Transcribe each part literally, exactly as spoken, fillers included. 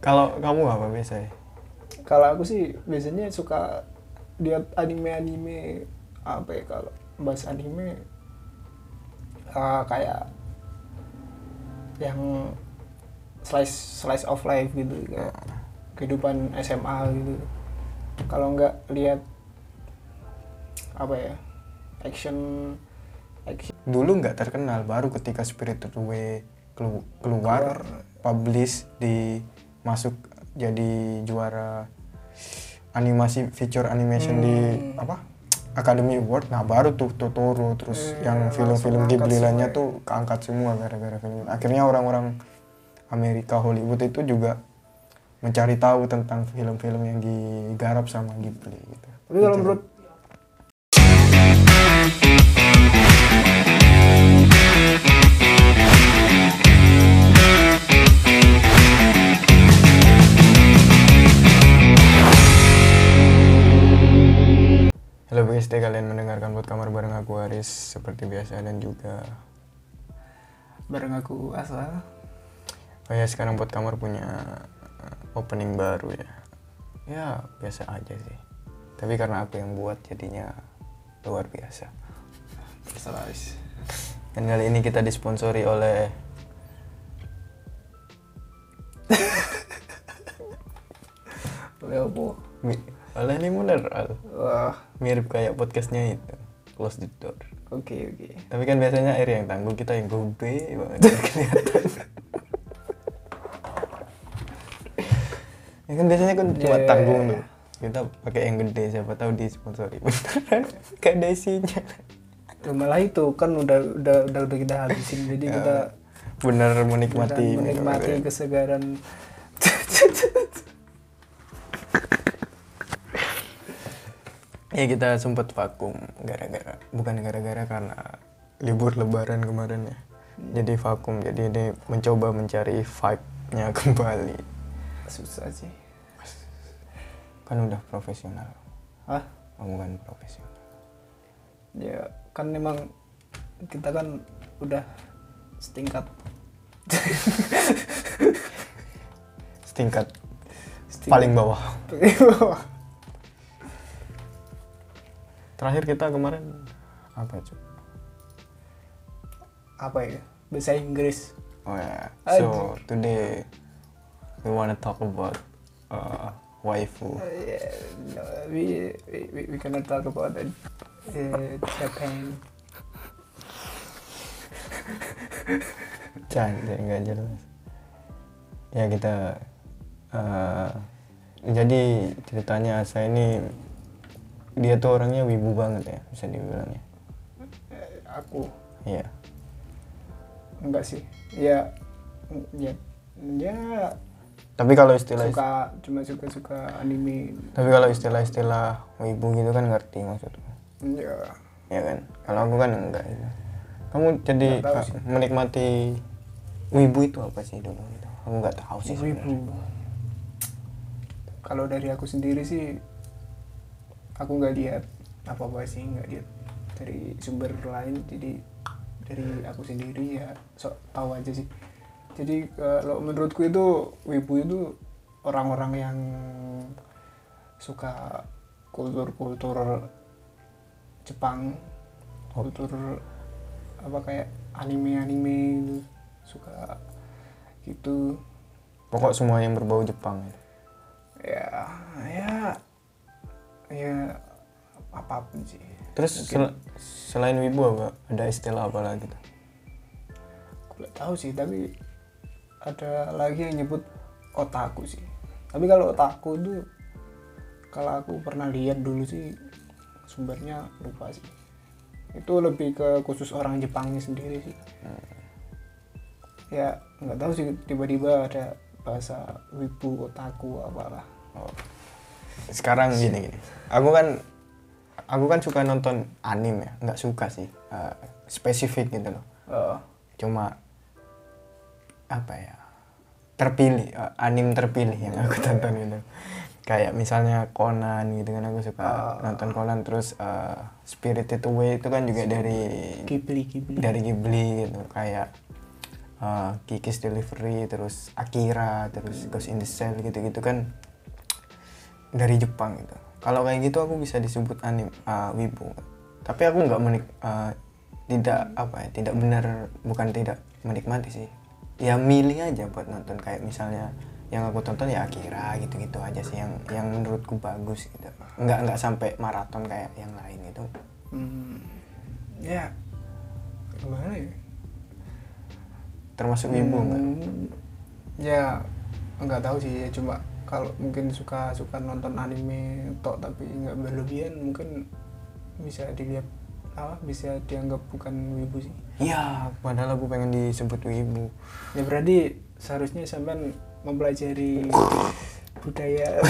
Kalau kamu apa biasanya? Kalau aku sih biasanya suka lihat anime-anime apa ya, kalau bahas anime uh, kayak yang slice slice of life gitu, kayak kehidupan S M A gitu. Kalau nggak lihat apa ya, action action Dulu nggak terkenal, baru ketika Spirited Away kelu- keluar, Keluar. publish, di masuk jadi juara animasi feature animation Hmm. di apa Academy Award. Nah baru tuh Totoro, terus Eh, yang film-film langsung Ghibli angkat lainnya semua ya. tuh keangkat semua gara-gara film. Akhirnya orang-orang Amerika Hollywood itu juga mencari tahu tentang film-film yang digarap sama Ghibli gitu. Tapi kalau Gitu. menurut Halo B S T, kalian mendengarkan Buat Kamar bareng aku Aris seperti biasa, dan juga bareng aku Asa. oh ya, sekarang Buat Kamar punya uh, opening baru ya. Ya biasa aja sih, tapi karena aku yang buat jadinya luar biasa. Terserah. Dan kali ini kita disponsori oleh Oleh apa? Mi- oleh Mineral. Wah, Mirip kayak podcastnya itu, Close the Door. oke oke. Tapi kan biasanya air yang tanggung, kita yang gede banget biar kelihatan. Ya kan biasanya kan cuma Yeah. tanggung tuh. Kita pakai yang gede, siapa tahu disponsori beneran. Gak ada isinya. Tuh, malah itu kan udah udah udah, udah kita habisin, jadi Ya, kita bener menikmati beneran menikmati minuman. kesegaran. Ya kita sempat vakum gara-gara, bukan gara-gara, karena libur lebaran kemarin ya. Jadi vakum, jadi ini mencoba mencari vibe-nya kembali. Susah sih. Kan udah profesional. Hah? Kamu kan profesional. Ya kan memang kita kan udah setingkat. Setingkat setingkat paling bawah. Terakhir kita kemarin apa cuy? Apa ya? Bahasa Inggris. Oh ya. Aduh. So today we wanna talk about uh, waifu. Uh, yeah, no, we, we we cannot talk about it. Uh, Japan. Canda, nggak jelas. Ya kita uh, jadi ceritanya saya ini, dia tuh orangnya wibu banget ya, bisa dibilang ya. Eh, aku Iya. enggak sih. Ya ya ya Tapi kalau istilah suka, cuma suka-suka anime. tapi kalau istilah-istilah wibu gitu kan ngerti maksudnya. Ya, Ya kan? Kalau aku kan enggak gitu. Kamu jadi Nggak tahu uh, sih. menikmati wibu itu apa sih dulu gitu? Aku nggak tahu sih sebenarnya. wibu. Kalau dari aku sendiri sih, aku nggak lihat apa-apa sih, nggak lihat dari sumber lain. Jadi dari aku sendiri ya sok tahu aja sih. Jadi kalau menurutku itu wibu itu orang-orang yang suka kultur-kultur Jepang, kultur apa kayak anime-anime gitu, suka gitu. Pokok semua yang berbau Jepang. Ya ya ya apapun sih. Terus sel- selain wibu apa? Ada istilah apa lagi tuh? Aku nggak tahu sih, tapi ada lagi yang nyebut otaku sih. Tapi kalau otaku itu, kalau aku pernah lihat dulu sih, sumbernya lupa sih. Itu lebih ke khusus orang Jepangnya sendiri sih. Hmm. Ya nggak tahu sih, tiba-tiba ada bahasa wibu, otaku, apalah. Oh. Sekarang gini gini. Aku kan aku kan suka nonton anime ya, nggak suka sih uh, spesifik gitu loh. Uh, Cuma apa ya, terpilih, uh, anime terpilih yang aku tonton gitu. Kayak misalnya Conan gitu kan, aku suka Uh. nonton Conan. Terus uh, Spirited Away itu kan juga dari Ghibli, Ghibli. dari Ghibli gitu. Kayak uh, Kiki's Delivery, terus Akira, terus Ghost in the Shell gitu-gitu kan dari Jepang gitu. Kalau kayak gitu aku bisa disebut anime uh, wibu. Tapi aku nggak menik uh, tidak apa ya, tidak benar, bukan tidak menikmati sih. Ya milih aja buat nonton, kayak misalnya yang aku tonton ya Akira gitu-gitu aja sih yang yang menurutku bagus gitu. Nggak nggak sampai maraton kayak yang lain itu. Hmm, ya gimana ya? Termasuk wibu nggak? Hmm, ya nggak tahu sih, ya cuma kalau mungkin suka suka nonton anime tok tapi nggak berlebihan, mungkin bisa dilihat apa bisa dianggap bukan wibu sih. Iya, padahal aku pengen disebut wibu. Ya berarti seharusnya sampean mempelajari budaya.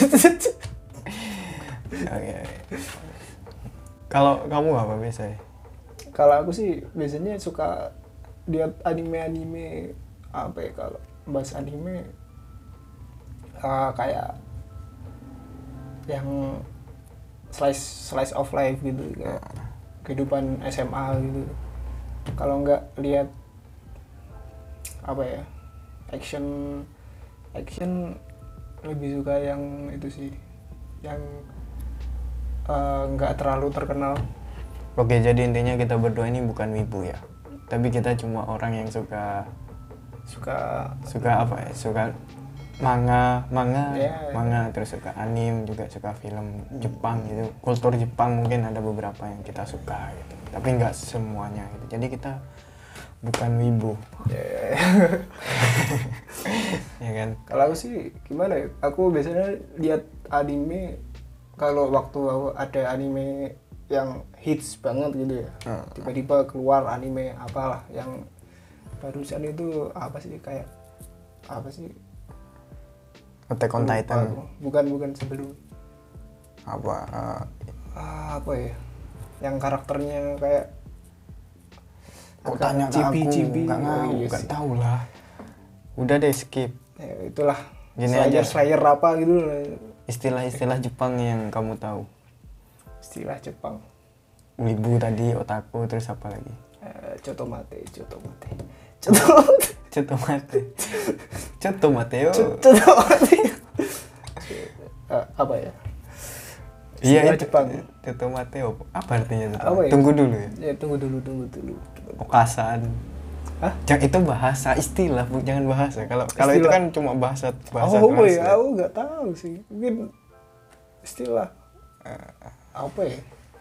Oke. Kalau kamu apa biasanya? Kalau aku sih biasanya suka lihat anime-anime apa ya, kalau bahas anime uh, kayak yang slice slice of life gitu, kayak kehidupan S M A gitu. Kalau nggak lihat apa ya, action action lebih suka yang itu sih, yang uh, nggak terlalu terkenal. Oke, jadi intinya kita berdua ini bukan wibu ya, tapi kita cuma orang yang suka Suka suka apa ya, suka manga manga Ya, manga terus suka anime juga, suka film Jepang gitu, kultur Jepang mungkin ada beberapa yang kita suka gitu, tapi nggak semuanya gitu. Jadi kita bukan wibu. ya, ya, ya. Ya kan? Kalau aku sih gimana ya, aku biasanya lihat anime kalau waktu aku ada anime yang hits banget gitu ya, Hmm. tiba-tiba keluar anime apalah yang barusan itu, apa sih, kayak apa sih, Attack on Lupa Titan aku. bukan bukan sebelum apa uh, ah, apa ya, yang karakternya kayak kok agak tanya ke chibi aku? chibi. Nggak Oh, tahu, iya nggak sih. tahu lah. Udah deh skip. Ya, itulah Gini Slayer aja. Slayer apa gitu lah. Istilah-istilah Jepang yang kamu tahu. Istilah Jepang. Wibu tadi, otaku, terus apa lagi? Eh, cotomate, cotomate, cotomate, Cotomate. Cotomate yo. cotomate. Eh, apa ya? Iya, Istilah itu Jepang. Cotomate apa? Apa artinya itu? Apa ya? Tunggu dulu ya. Ya tunggu dulu, tunggu dulu. Okasan. Hah? Jangan, itu bahasa, istilah, bu, jangan bahasa. Kalau kalau itu Istilah. kan cuma bahasa bahasa Oh, apa ya? translate. Aku nggak tahu sih. Mungkin istilah apa ya?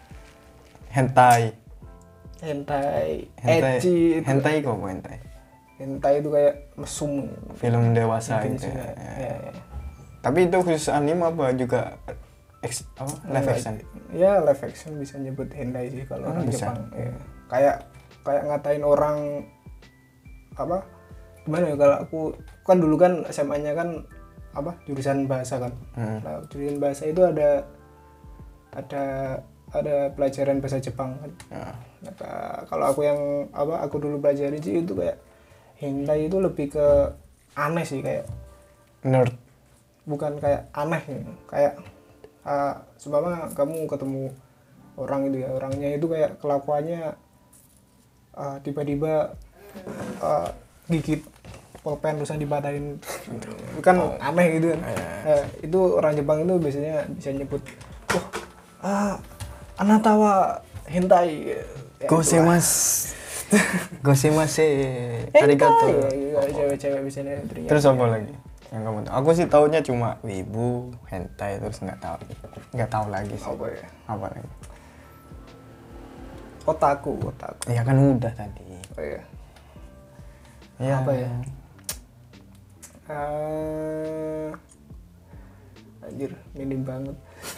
Hentai. Hentai, Hentai. ecchi itu. Hentai kok apa hentai? Hentai itu kayak mesum. Film dewasa Mungkin gitu sih, ya. ya. Ya. Ya, ya. Tapi itu khusus anime apa juga ex, apa, live Enggak, action? Ya live action bisa nyebut hentai sih kalau Oh, orang bisa. Jepang. Ya. Kayak kayak ngatain orang apa? Gimana ya, kalau aku kan dulu kan S M A-nya kan apa? Jurusan bahasa kan. Hmm. Nah, jurusan bahasa itu ada ada ada pelajaran bahasa Jepang kan. Ya. Nah, ka- kalau aku yang apa aku dulu pelajari sih itu kayak hentai itu lebih ke aneh sih, kayak Nerd. bukan kayak aneh ya. Kayak uh, seumpama kamu ketemu orang itu ya, orangnya itu kayak kelakuannya uh, tiba-tiba uh, gigit pulpen terus dipatahin itu kan Oh. aneh gitu kan. Iya. Nah, itu orang Jepang itu biasanya bisa nyebut wah ah, anatawa hentai ya, Gozaimasu. Gozaimasu. itulah. Arigato. Hentai, ya, ya, cewek-cewek biasanya teriak. Terus apa lagi yang kamu tahu? Aku sih taunya cuma wibu, hentai, terus nggak tahu, nggak tahu lagi sih. Apa ya? Apa lagi? Otaku, otaku. Ya kan udah tadi. Oh iya. Ya. Apa ya? Eh, anjir, minim banget.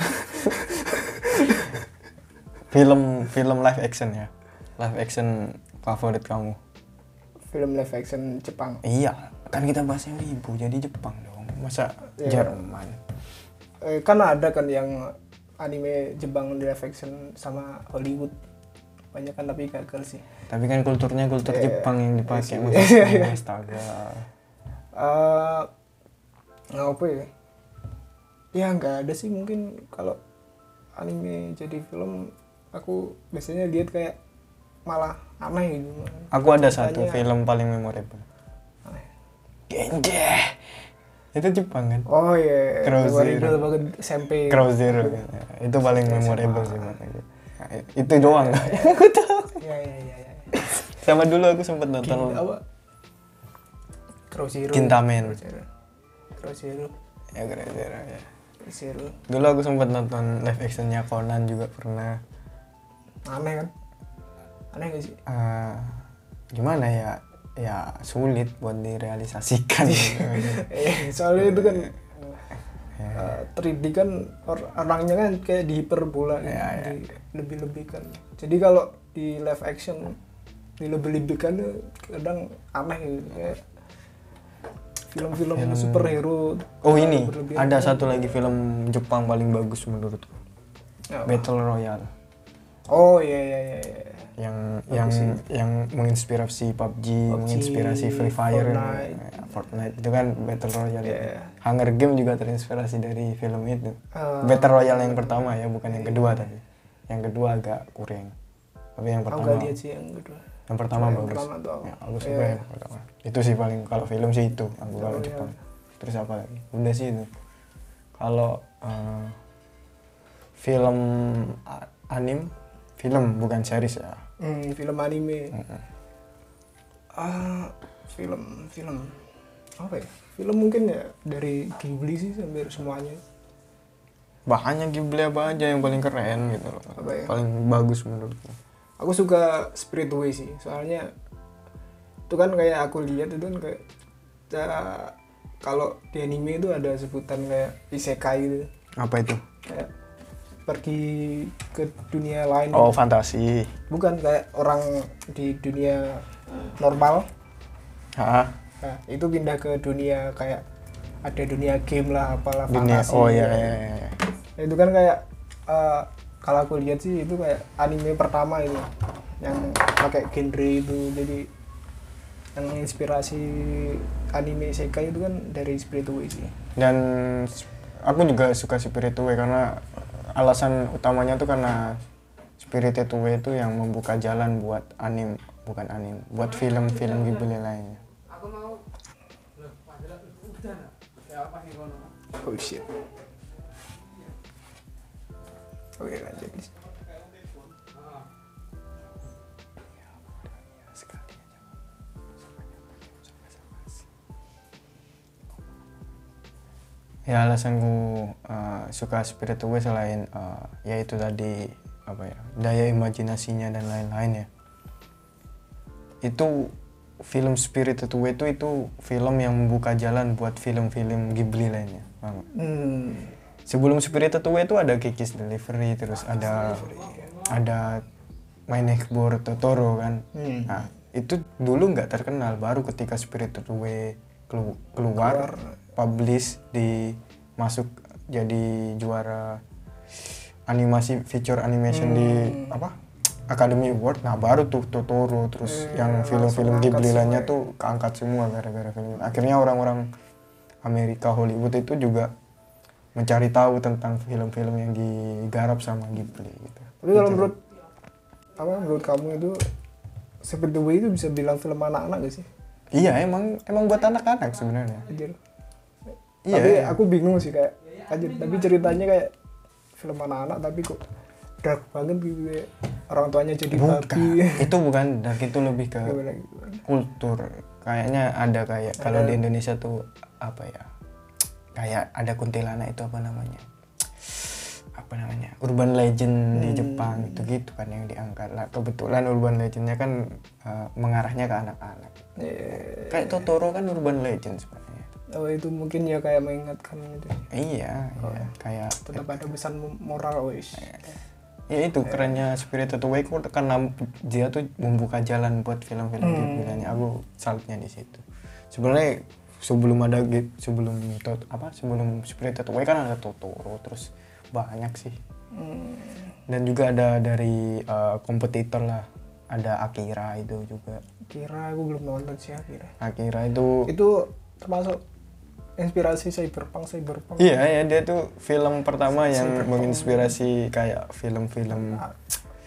Film film live action ya. Live action favorit kamu? Film live action Jepang. Iya, kan kita bahasnya wibu, jadi Jepang dong. Masa Iya. Jerman? Eh, kan ada kan yang anime Jepang live action sama Hollywood. Banyak kan tapi gagal sih. Tapi kan kulturnya kultur Iya, Jepang yang dipakai, iya, masa iya, iya. astaga. Eh, apa ya? Ya nggak ada sih, mungkin kalau anime jadi film aku biasanya lihat kayak malah aneh gitu. Aku ada satu Ceritanya- film paling memorable. Genje. Itu Jepang kan? Oh iya, Crow memorable Zero. banget S M P. Crow Zero. Itu paling memorable sih buat aku. Nah, itu doang. Aku tahu. Iya iya iya iya. Sama dulu aku sempet Gin, nonton apa? Crow Zero. Kintamen. Crow Zero. Crow Zero. Ya Crow Zero ya. Crow Zero. Dulu aku sempet nonton live actionnya Conan juga pernah. Aneh kan? Aneh gak sih? Uh, gimana ya? Ya sulit buat direalisasikan. Eh, soalnya itu kan Ya. uh, tiga D kan or- orangnya kan kayak dihiperbola gitu, Ya, ya. di lebih-lebihkan. Jadi kalau di live action dilebih-lebihkan tuh kadang aneh gitu. Kayak film-film Film- superhero. Oh ini berlebihan ada kan. satu lagi film Jepang paling bagus menurutku. Apa? Battle Royale Oh iya iya iya. iya. yang Bagus yang sih. yang menginspirasi P U B G, P U B G, menginspirasi Free Fire, Fortnite. ya, Fortnite itu kan Battle Royale. Iya. itu. Hunger Game juga terinspirasi dari film itu. Uh, Battle Royale yang pertama ya, bukan yang kedua tapi. Yang kedua agak kurang. Tapi yang Aku pertama gak lihat sih yang kedua. yang pertama Yang bagus. pertama tuh apa? Ya, aku suka Iya. yang pertama. Itu sih paling kalau film sih itu, aku kalau Oh, iya. Jepang. Terus apa lagi? Udah sih itu. Kalau eh, film a- anim, film bukan series ya. Hmm, film anime. Mm-mm. Ah, film film apa ya? Film mungkin ya dari Ghibli sih hampir semuanya. Banyak Ghibli apa aja yang paling keren gitu loh. Apa ya? Paling bagus menurutku. Aku suka Spirit Away sih, soalnya itu kan kayak aku lihat itu kan kayak ca- kalau di anime itu ada sebutan kayak isekai gitu, Apa itu? kayak pergi ke dunia lain. Oh, gitu. fantasi. Bukan kayak orang di dunia normal, Hah? nah itu pindah ke dunia kayak ada dunia game lah, apalah Dunia. fantasi. Oh iya iya iya. Nah, itu kan kayak eh, kalau aku lihat sih itu kayak anime pertama itu yang pakai genre itu, jadi yang inspirasi anime isekai itu kan dari Spirit Away sih. Dan s- aku juga suka Spirit Away karena alasan utamanya tuh karena Spirit Away itu yang membuka jalan buat anim, bukan anim, buat film-film Ghibli lainnya. Oh shit. Oke lanjut. Ya alasanku uh, suka Spirit Away selain uh, ya itu tadi apa ya, daya imajinasinya dan lain-lain ya. Itu film Spirit Away itu itu film yang membuka jalan buat film-film Ghibli lainnya. Paham nggak? Hmm. Sebelum Spirit Away itu ada Kiki's Delivery, terus ada ada My Neighbor Totoro kan. Hmm. Nah, itu dulu nggak terkenal, baru ketika Spirit Away kelu- keluar, publish, di masuk jadi juara animasi feature animation Hmm. di apa Academy Award. Nah baru tuh Totoro, terus Hmm, yang langsung film-film angkat Ghibli lainnya semua ya. tuh keangkat semua gara-gara film. Akhirnya orang-orang Amerika Hollywood itu juga mencari tahu tentang film-film yang digarap sama Ghibli gitu. Tapi kalau menurut apa menurut kamu itu Spirit Away itu bisa bilang film anak-anak gak sih? Iya emang emang buat anak-anak sebenarnya. Anjir. Iya. Tapi iya. aku bingung sih kayak anjir, tapi ceritanya kayak film anak-anak tapi kok dark banget gitu kayak orang tuanya jadi Bukan, babi. itu bukan dark, itu lebih ke Gimana gimana? kultur. Kayaknya ada kayak kalau Ada. di Indonesia tuh apa ya? Kayak ada kuntilanak itu apa namanya? Apa namanya? Urban legend di Hmm. Jepang itu gitu kan yang diangkat. Lah kebetulan urban legendnya kan uh, mengarahnya ke anak-anak. Eh, Kayak Totoro kan urban legend sebenarnya. oh itu mungkin ya kayak mengingatkan gitu. Iya, Oh. iya. Kayak Tetap ada pesan moral wis. ya itu kerennya Spirited Away kok karena dia tuh membuka jalan buat film-film Hmm. Ghibli lainnya. Aku salutnya di situ. Sebenarnya sebelum ada Gi- sebelum tot, apa sebelum Spirited Away kan ada Totoro, terus banyak sih. Hmm. Dan juga ada dari uh, kompetitor lah, ada Akira itu juga. Kira aku belum nonton sih Akira. Akira itu Itu termasuk inspirasi cyberpunk cyberpunk. iya ya dia tuh film pertama yang Cyberpunk. menginspirasi kayak film-film Ah,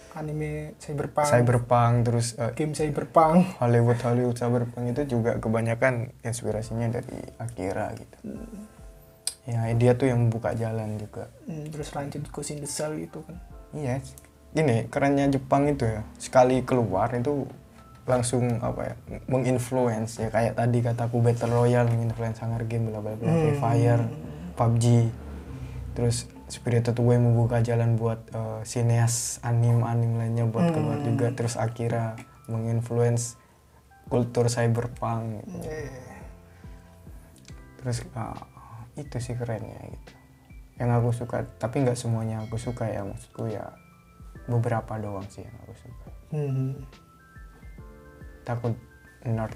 anime cyberpunk, cyberpunk terus uh, game cyberpunk, Hollywood Hollywood cyberpunk itu juga kebanyakan inspirasinya dari Akira gitu. hmm. Ya dia tuh yang membuka jalan juga. Hmm, terus lanjut Ghost in the Shell gitu kan. Iya, gini kerennya Jepang itu ya, sekali keluar itu langsung apa ya, menginfluence ya, kayak tadi kataku Battle Royale menginfluence Hunger Game, bla bla bla, Free Fire, P U B G. Terus Spirited Away membuka jalan buat uh, sineas anim-anim lainnya buat keluar hmm. juga. Terus Akira menginfluence kultur cyberpunk gitu. Yeah. Terus uh, itu sih kerennya gitu yang aku suka, tapi nggak semuanya aku suka ya, maksudku ya beberapa doang sih yang aku suka. hmm. Takut nerd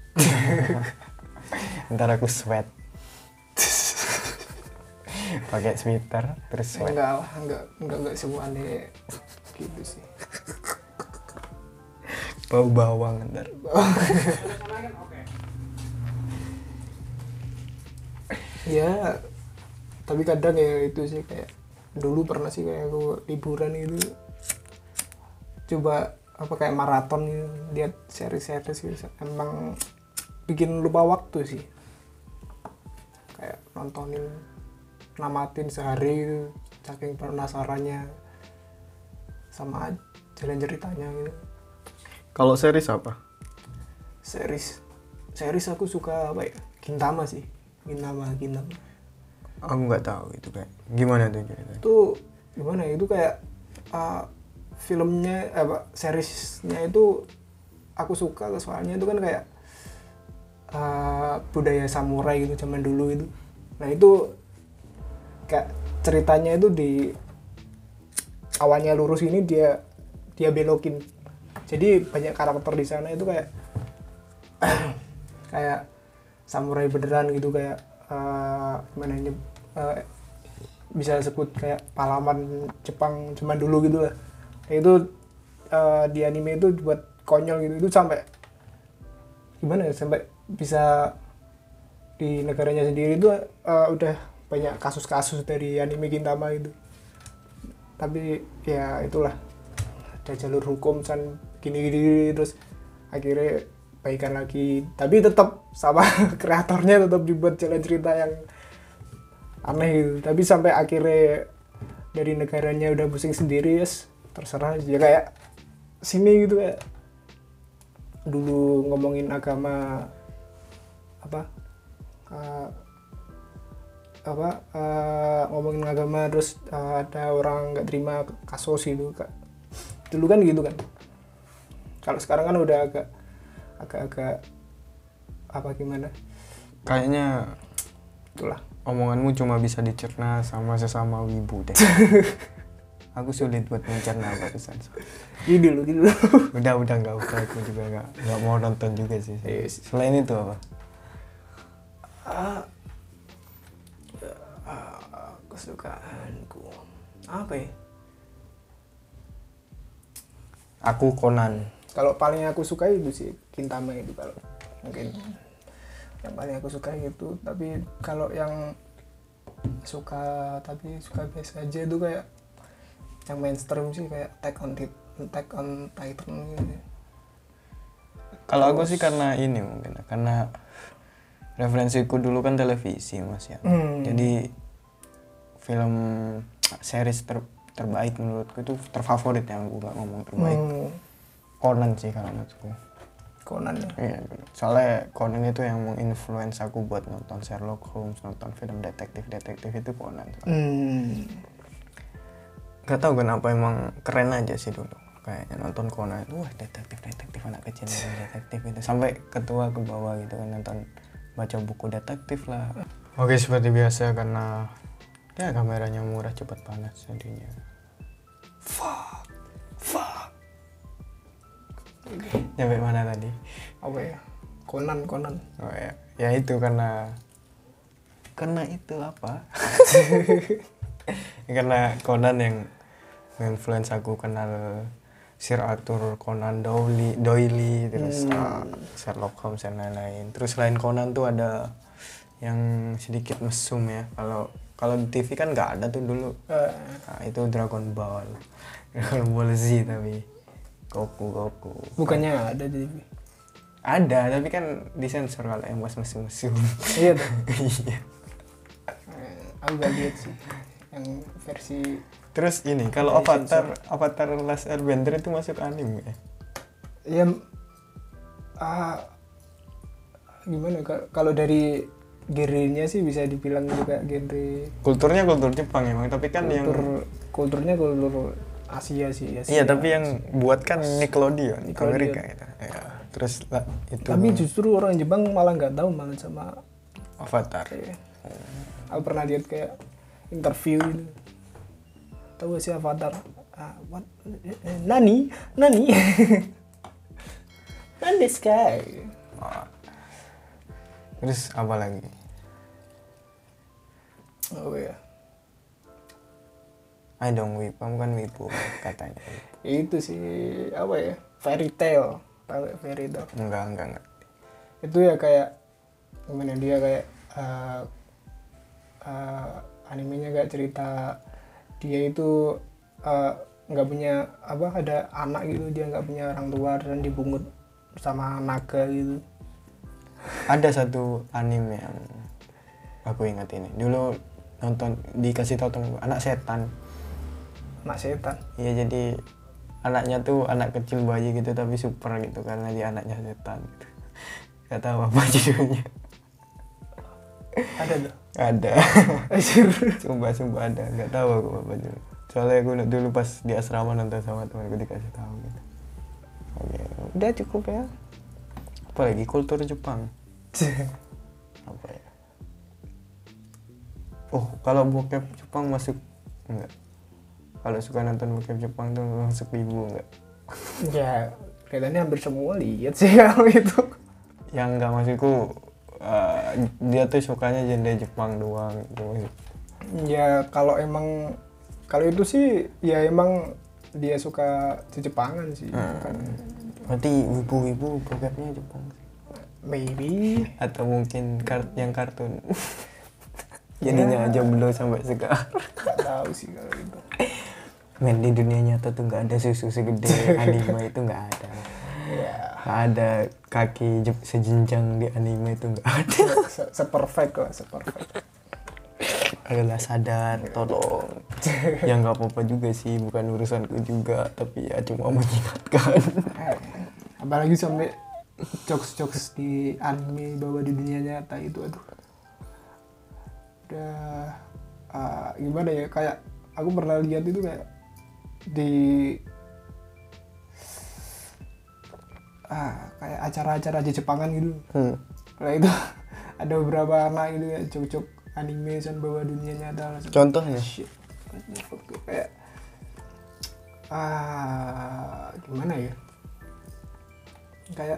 ntar aku sweat pakai sweater terus sweat. Enggak lah, enggak enggak enggak semuanya gitu sih. Bau bawang ntar. Ya, tapi kadang ya itu sih kayak dulu pernah sih kayak aku liburan itu coba apa kayak maraton gitu, lihat seri-seri sih, emang bikin lupa waktu sih. Kayak nontonin, namatin sehari gitu, saking penasarannya sama jalan ceritanya gitu. Kalau series apa? Series, series aku suka apa ya? Gintama sih, Gintama, Gintama. Aku nggak tahu itu kayak gimana tuh ceritanya. Itu gimana ya? Itu kayak uh, filmnya apa seriesnya itu aku suka soalnya itu kan kayak uh, budaya samurai gitu zaman dulu itu. Nah itu kayak ceritanya itu di awalnya lurus ini dia dia belokin. Jadi banyak karakter di sana itu kayak kayak samurai beneran gitu, kayak uh, gimana ini uh, bisa sebut kayak pahlawan Jepang zaman dulu gitu lah. Itu uh, di anime itu buat konyol gitu, itu sampai gimana ya, sampai bisa di negaranya sendiri itu uh, udah banyak kasus-kasus dari anime Gintama itu. Tapi ya itulah, ada jalur hukum san gini-gini terus akhirnya baikan lagi, tapi tetap sama kreatornya tetap dibuat jalan cerita yang aneh gitu. Tapi sampai akhirnya dari negaranya udah pusing sendiri, yes, terserah ya, kayak sini gitu, kayak dulu ngomongin agama apa uh, apa uh, ngomongin agama terus uh, ada orang nggak terima kasus gitu kak, dulu kan gitu kan. Kalau sekarang kan udah agak agak-agak apa gimana, Kayaknya itulah. omonganmu cuma bisa dicerna sama sesama wibu deh. Aku sulit buat mencerna barusan. Gini dulu, gini dulu. Udah udah nggak usah, aku juga nggak nggak mau nonton juga sih. Yes. Selain itu apa? Ah, ah, kesukaanku apa ya? Aku Conan. Kalau paling aku suka itu sih Gintama itu, kalau mungkin yang paling aku suka itu. Tapi kalau yang suka tapi suka biasa aja itu kayak yang mainstream sih, kayak Attack on Titan, Attack on Titan gitu. Kalau aku sih karena ini mungkin karena referensiku dulu kan televisi mas ya. Hmm. Jadi film series ter, terbaik menurutku itu terfavorit, yang aku nggak ngomong terbaik. Hmm. Conan sih kalau menurutku. Conan ya. Iya, soalnya Conan itu yang menginfluence aku buat nonton Sherlock Holmes, nonton film detektif-detektif itu Conan. Hmm. Gak tau kenapa, emang keren aja sih dulu. Kayaknya nonton Conan, wah detektif-detektif, anak kecil nonton detektif itu. Sampai ketua ke bawah gitu kan, nonton, baca buku detektif lah. Oke, seperti biasa karena ya kameranya murah cepat panas jadinya. Fuck, fuck. Sampai mana tadi? Apa ya? Conan, Conan. Oh ya, ya itu karena karena itu apa? Karena Conan yang influence aku kenal Sir Arthur Conan Doyle, Doyle terus Hmm. uh, Sherlock Holmes dan lain-lain. Terus selain Conan tuh ada yang sedikit mesum ya. Kalau kalau di T V kan nggak ada tuh dulu. Eh, Nah, itu Dragon Ball. Dragon Ball Z tapi Goku Goku. bukannya ada di T V. Ada, tapi kan disensor kalau yang mas mesum mesum. Iya tuh. Iya. Eh, aku gak lihat sih yang versi. Terus ini kalau Dari Avatar Avatar Last Airbender itu masuk anime ya? Ya ah, gimana Kak? Kalau dari genrenya sih bisa dibilang juga genre Kulturnya kultur Jepang emang, tapi kan yang kultur kulturnya kultur Asia sih. Asia. iya tapi yang buat kan Nickelodeon, Nickelodeon. Amerika itu. Ya, terus lah itu Tapi justru orang Jepang malah nggak tahu malah sama Avatar. ya. Aku pernah lihat kayak interview gitu. Tahu gak sih Avatar? Ah, what? Eh, eh, Nani? Nani? Nani Sky? Oh. Terus apa lagi? Oh ya. I don't weep, kamu kan wibu katanya. Itu sih apa ya? Fairy tale. Tahu gak fairy tale? Enggak, enggak, enggak. Itu ya kayak gimana dia kayak uh, uh, animenya kayak cerita dia itu uh, nggak punya apa ada anak gitu, dia nggak punya orang tua dan dibungut sama naga gitu. Ada satu anime yang aku ingat ini. Dulu nonton dikasih tahu temen gua, anak setan. Anak setan. Iya, jadi anaknya tuh anak kecil bayi gitu tapi super gitu karena dia anaknya setan. Gitu. Gak tahu apa judulnya. Ada tuh. Ada. Anjir. Sumpah sumpah ada. Gak tahu aku apa judul. Soalnya aku dulu pas di asrama nonton sama temanku dikasih tahu gitu. Oke, udah cukup ya. Apalagi kultur Jepang. Apa ya? Oh, kalau bokep Jepang masuk enggak? Kalau suka nonton bokep Jepang tuh masuk ibu enggak? Ya kelihatannya hampir semua lihat sih kalau itu. Yang enggak maksudku uh, dia tuh sukanya genre Jepang doang gitu. Ya kalau emang kalau itu sih ya emang dia suka Jepangan sih. Bukan. Berarti wibu-wibu bokepnya Jepang sih. Maybe. Atau mungkin kart yang kartun. Jadinya aja belum sampai sekarang. Gak tahu sih kalau itu. Men, di dunia nyata tuh nggak ada susu segede anime itu nggak ada. Ya. Nggak ada kaki jep- sejenjang di anime itu nggak ada. Se- Seperfect lah, seperfect. Adalah sadar, tolong. Ya nggak apa-apa juga sih, bukan urusanku juga, tapi ya cuma mengingatkan. Apalagi sampai jokes-jokes di anime bahwa di dunia nyata itu aduh. Udah uh, gimana ya, kayak aku pernah lihat itu kayak di ah kayak acara-acara di Jepangan gitu. Hmm. Nah itu ada beberapa anak gitu ya jok-jok animation bahwa dunia nyata langsung, Contohnya? shit. Kayak ah gimana ya, kayak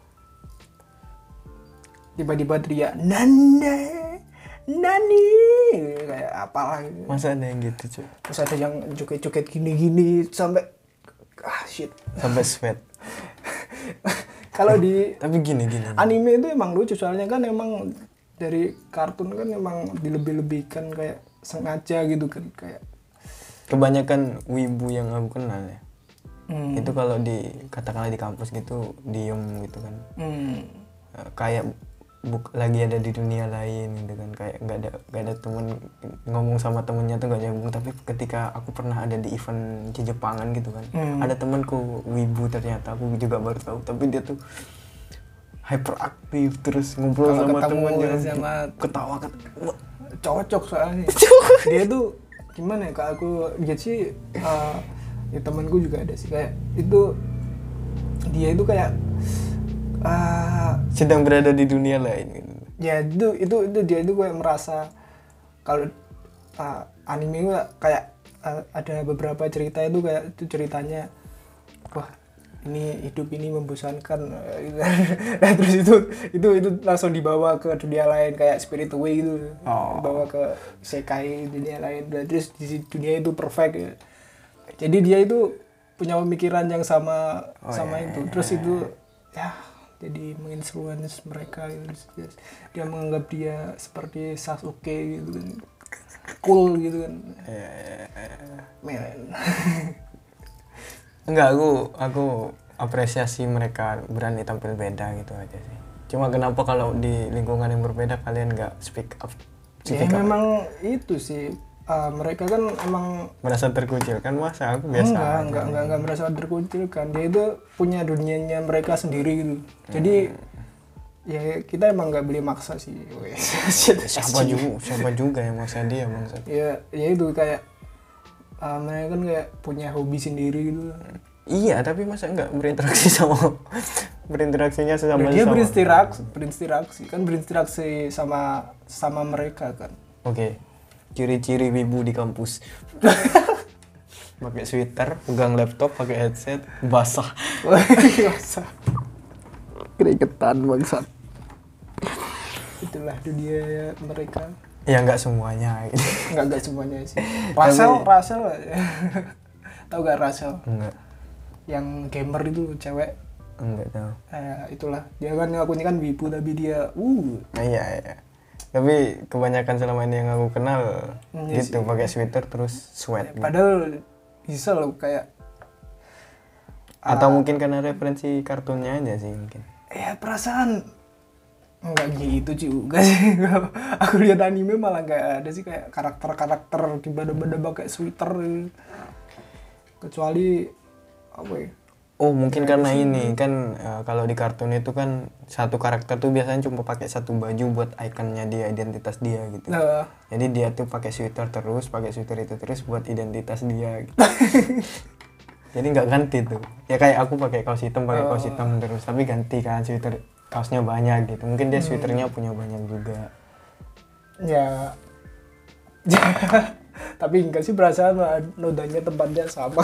tiba-tiba teriak Nanda Nani kayak apalah gitu. Masa ada yang gitu cuy? Terus ada yang joget-joget gini-gini sampai ah shit. Sampai sweat. Kalau di Tapi gini gini. anime itu emang lucu soalnya kan emang dari kartun kan emang dilebih-lebihkan kayak sengaja gitu kan, kayak Kebanyakan wibu yang aku kenal ya. hmm, Itu kalau di katakanlah di kampus gitu diem gitu kan. hmm, Eh, kayak buk, lagi ada di dunia lain gitu kan, kayak nggak ada nggak ada temen ngomong sama temennya tuh nggak nyambung. Tapi ketika aku pernah ada di event di Jepangan gitu kan, Hmm. ada temanku wibu ternyata, aku juga baru tahu, tapi dia tuh hyperaktif terus ngobrol Kalau sama ketemu temennya, sama- ketawa ketawa. cocok soalnya. Dia tuh gimana ya, kalau aku lihat sih uh, ya temanku juga ada sih kayak itu, dia itu kayak uh, Sedang berada di dunia lain gitu. ya itu itu itu dia itu kayak merasa kalau uh, anime itu kayak uh, ada beberapa cerita itu kayak itu ceritanya wah ini hidup ini membosankan. Nah terus itu itu itu langsung dibawa ke dunia lain kayak spirit away gitu. Oh. Dibawa ke isekai dunia lain. Dan terus di dunia itu perfect ya. Jadi dia itu punya pemikiran yang sama Oh, sama iya, itu. iya, Terus iya. itu ya jadi menginfluence mereka gitu. Dia menganggap dia seperti Sasuke gitu kan. cool gitu kan. Ya, ya, ya. Men. Enggak, aku aku apresiasi mereka berani tampil beda gitu aja sih. Cuma kenapa kalau di lingkungan yang berbeda kalian nggak speak up? Ya Speak up? memang itu sih, uh, mereka kan emang Merasa terkucilkan, masa aku biasa enggak, aja. enggak, enggak, enggak merasa terkucilkan. Dia itu punya dunianya mereka sendiri gitu. Jadi ya kita emang nggak boleh maksa sih. Siapa juga, siapa juga yang maksa dia bangsa. Ya, ya itu kayak uh, mereka kan kayak punya hobi sendiri gitu. Iya, tapi masa enggak berinteraksi sama berinteraksinya sesama Ya, dia sesama? berinteraksi, berinteraksi kan berinteraksi sama sama mereka kan. Oke. Ciri-ciri wibu di kampus. Pakai sweater, pegang laptop, pakai headset, basah. Basah. Keringetan bangsat. Itulah dunia mereka. Ya enggak semuanya gitu. Enggak enggak semuanya sih. Rasel, Rasel. Tahu gak Rasel? Enggak. Yang gamer itu cewek. Enggak tahu. Eh, itulah. Dia kan ngakunya kan wibu tapi dia uh Nah, iya, iya. Tapi kebanyakan selama ini yang aku kenal Iya gitu, sih. pakai sweater terus sweat. gitu. padahal bisa loh kayak Atau mungkin karena referensi kartunnya aja sih mungkin. ya perasaan enggak gitu juga sih. Aku lihat anime malah nggak ada sih kayak karakter-karakter tiba-tiba pakai sweater, kecuali apa ya? Oh, mungkin karena ini kan eh, kalau di kartun itu kan satu karakter tuh biasanya cuma pakai satu baju buat ikonnya dia, identitas dia gitu. Nah, Jadi dia tuh pakai sweater terus, pakai sweater itu terus buat identitas dia gitu. Jadi nggak ganti tuh. Ya kayak aku pakai kaos hitam, pakai kaos hitam terus, tapi ganti kan sweater kaosnya banyak gitu. Mungkin dia sweaternya punya banyak juga. ya, tapi enggak sih perasaan nodanya tempatnya sama.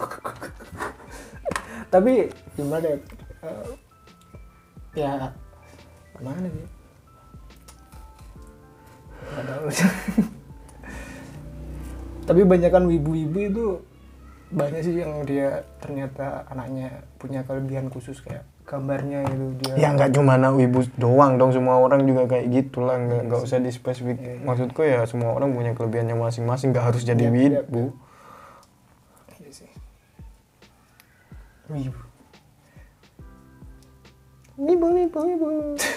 Tapi gimana ya? Eh, ya mana sih? Nggak tahu. Tapi banyak kan wibu-wibu itu banyak sih yang dia ternyata anaknya punya kelebihan khusus kayak gambarnya itu dia. Ya nggak cuma anak wibu doang dong, semua orang juga kayak gitu lah, nggak nggak usah di spesifik. Maksudku ya semua orang punya kelebihannya masing-masing, nggak harus jadi Iya, iya, wibu. Iya sih. Wibu. Wibu, wibu, wibu.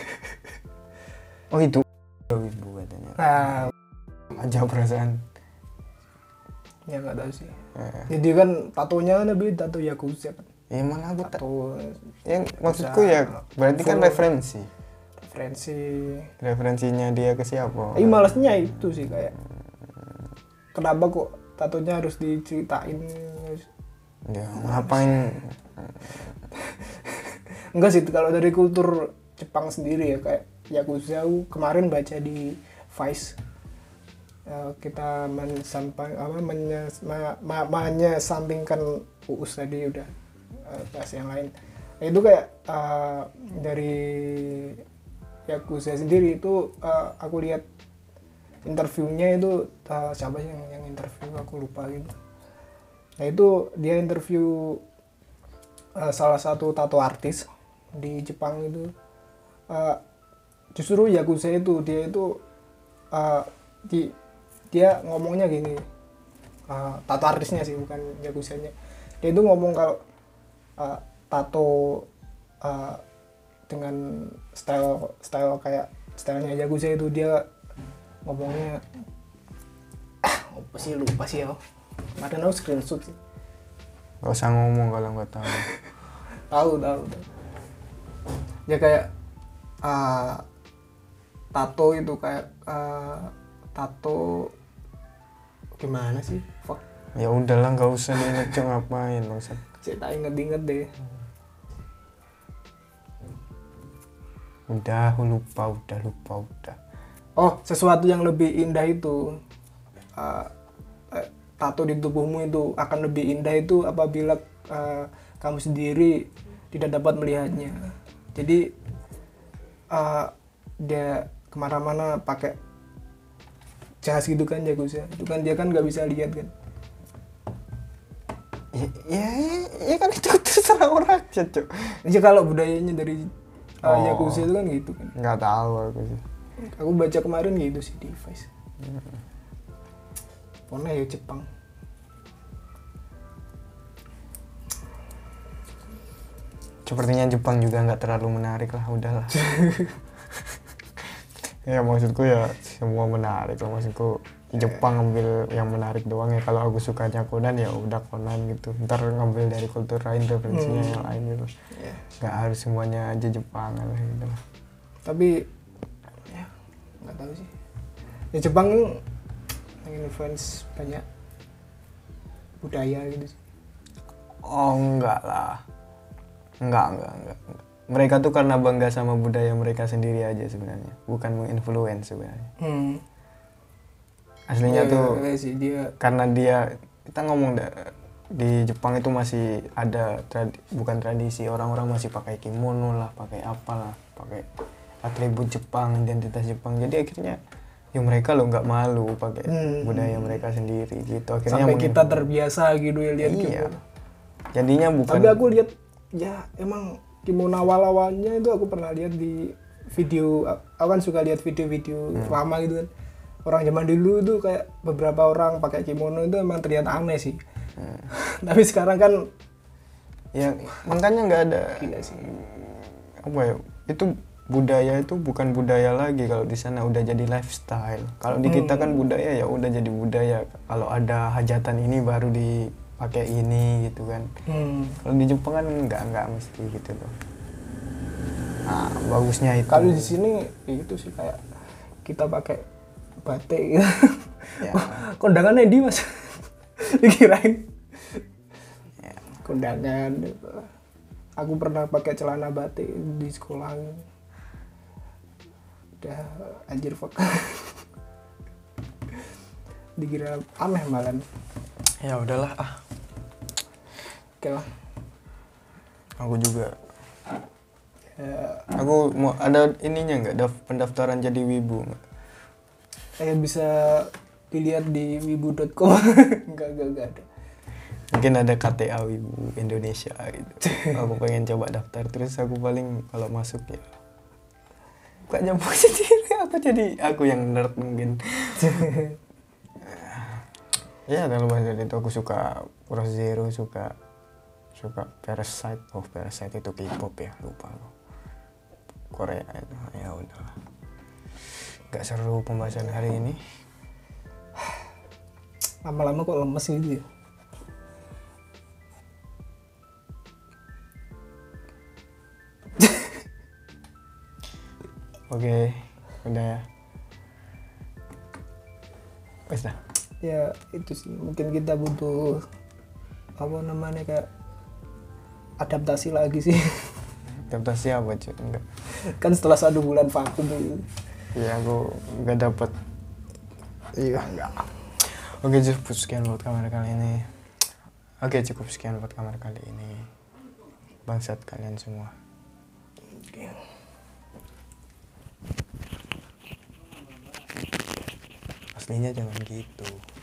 Oh itu wibu katanya. Nah, Aja perasaan. ya nggak tahu sih. Eh. Jadi kan tatonya kan lebih tato Yakuza kan. Ya mana aku tak. Tato Yang maksudku ya berarti kan full referensi. referensi. Referensinya dia ke siapa? Tapi malesnya itu sih kayak kenapa kok tatonya harus diceritain? Ya ngapain? Enggak sih, kalau dari kultur Jepang sendiri ya kayak Yakuza, aku kemarin baca di Vice. Uh, kita mensampang apa menyes, ma, ma, menyesampingkan U U S tadi udah uh, bahas yang lain. Nah, itu kayak uh, dari Yakuza sendiri itu uh, aku lihat interviewnya itu uh, siapa sih yang, yang interview aku lupa gitu. Nah itu dia interview uh, salah satu tato artis di Jepang itu. Uh, justru Yakuza itu dia itu uh, di dia ngomongnya gini, uh, tato artisnya sih bukan Yakuzanya. Dia itu ngomong kalau uh, tato uh, dengan style style kayak stylenya Yakuza itu dia ngomongnya ah apa sih lupa sih ya. Kemarin aku screenshot sih. Gak usah ngomong kalau nggak tahu. Tahu tahu tahu. Ya kayak uh, tato itu kayak uh, tato gimana sih? Fuck. Ya udahlah, nggak usah diinget Cok, ngapain maksud. Saya tak inget-inget deh. Udah lupa, udah lupa, udah. Oh, sesuatu yang lebih indah itu uh, uh, tato di tubuhmu itu akan lebih indah itu apabila uh, kamu sendiri tidak dapat melihatnya. Jadi uh, dia kemana-mana pakai jas gitu kan Yakuza. Itu kan dia kan nggak bisa lihat kan. Ya, ya, ya kan itu terserah orang aja Cok. Jadi kalau budayanya dari uh, Oh. Yakuza itu kan gitu kan. Nggak tahu aku sih. Aku baca kemarin gitu sih di Vice. pokoknya ya Jepang. Sepertinya Jepang juga nggak terlalu menarik lah, udahlah. Ya maksudku ya semua menarik lah, maksudku Jepang ngambil yang menarik doang ya. Kalau aku sukanya Conan ya udah Conan gitu, ntar ngambil dari kultur lain referensinya hmm. yang lain gitu, yeah. Nggak harus semuanya aja Jepang lah gitu. Tapi ya nggak tahu sih, ya Jepang yang influence banyak budaya gitu sih. Oh enggak lah, enggak enggak enggak, enggak. Mereka tuh karena bangga sama budaya mereka sendiri aja sebenarnya, bukan menginfluence sebenarnya. Hmm. Aslinya ya, tuh ya, sih, dia. Karena dia, kita ngomong dah, di Jepang itu masih ada tradi, bukan tradisi, orang-orang masih pakai kimono lah, pakai apalah, pakai atribut Jepang, identitas Jepang. Jadi akhirnya ya mereka lo nggak malu pakai hmm. budaya mereka sendiri gitu. Akhirnya sampai kita terbiasa gitu ya lihat iya. Gitu. Jadinya bukan. Tapi aku lihat ya emang kimono awal-awalnya itu aku pernah lihat di video, aku kan suka lihat video-video hmm. lama gitu kan. Orang zaman dulu tuh kayak beberapa orang pakai kimono itu emang terlihat aneh sih. Hmm. Tapi sekarang kan ya makanya nggak ada gila sih. Apa ya? Itu budaya itu bukan budaya lagi kalau di sana, udah jadi lifestyle. Kalau di kita kan budaya ya udah jadi budaya. Kalau ada hajatan ini baru dipakai ini gitu kan. Hmm. Kalau di Jepang kan nggak nggak mesti gitu loh. Nah, bagusnya itu. Kalau di sini itu sih kayak kita pakai batik gitu. Ya. Kondangannya di Mas. Dikirain. Ya. Kondangan. Aku pernah pakai celana batik di sekolah. Udah anjir fuck. Dikira aneh malah. Ya udahlah ah. Oke lah. Aku juga. Ya. Aku mau ada ininya nggak, pendaftaran jadi wibu nggak? Kayak bisa dilihat di wibu dot com. enggak, enggak, enggak ada. Mungkin ada K T A Wibu Indonesia gitu. Aku pengen coba daftar, terus aku paling kalau masuk ya bukan nyambung sendiri, aku jadi aku yang nerd mungkin. Ya kalau bahasa itu aku suka Cross Zero, suka suka Parasite. Oh Parasite itu K-pop ya, lupa aku. Korea itu, ya udahlah. Gak seru pembahasan hari ini. Lama-lama kok lemes gitu ya. Oke, udah ya. Wes dah. Ya itu sih, mungkin kita butuh apa namanya kayak adaptasi lagi sih. Adaptasi apa cuy? Enggak. Kan setelah satu bulan vakum gitu. Iya, aku nggak dapet. Iya enggak. Oke, cukup sekian buat kamar kali ini. Oke, cukup sekian buat kamar kali ini. Bangsat kalian semua. Oke. Aslinya jangan gitu.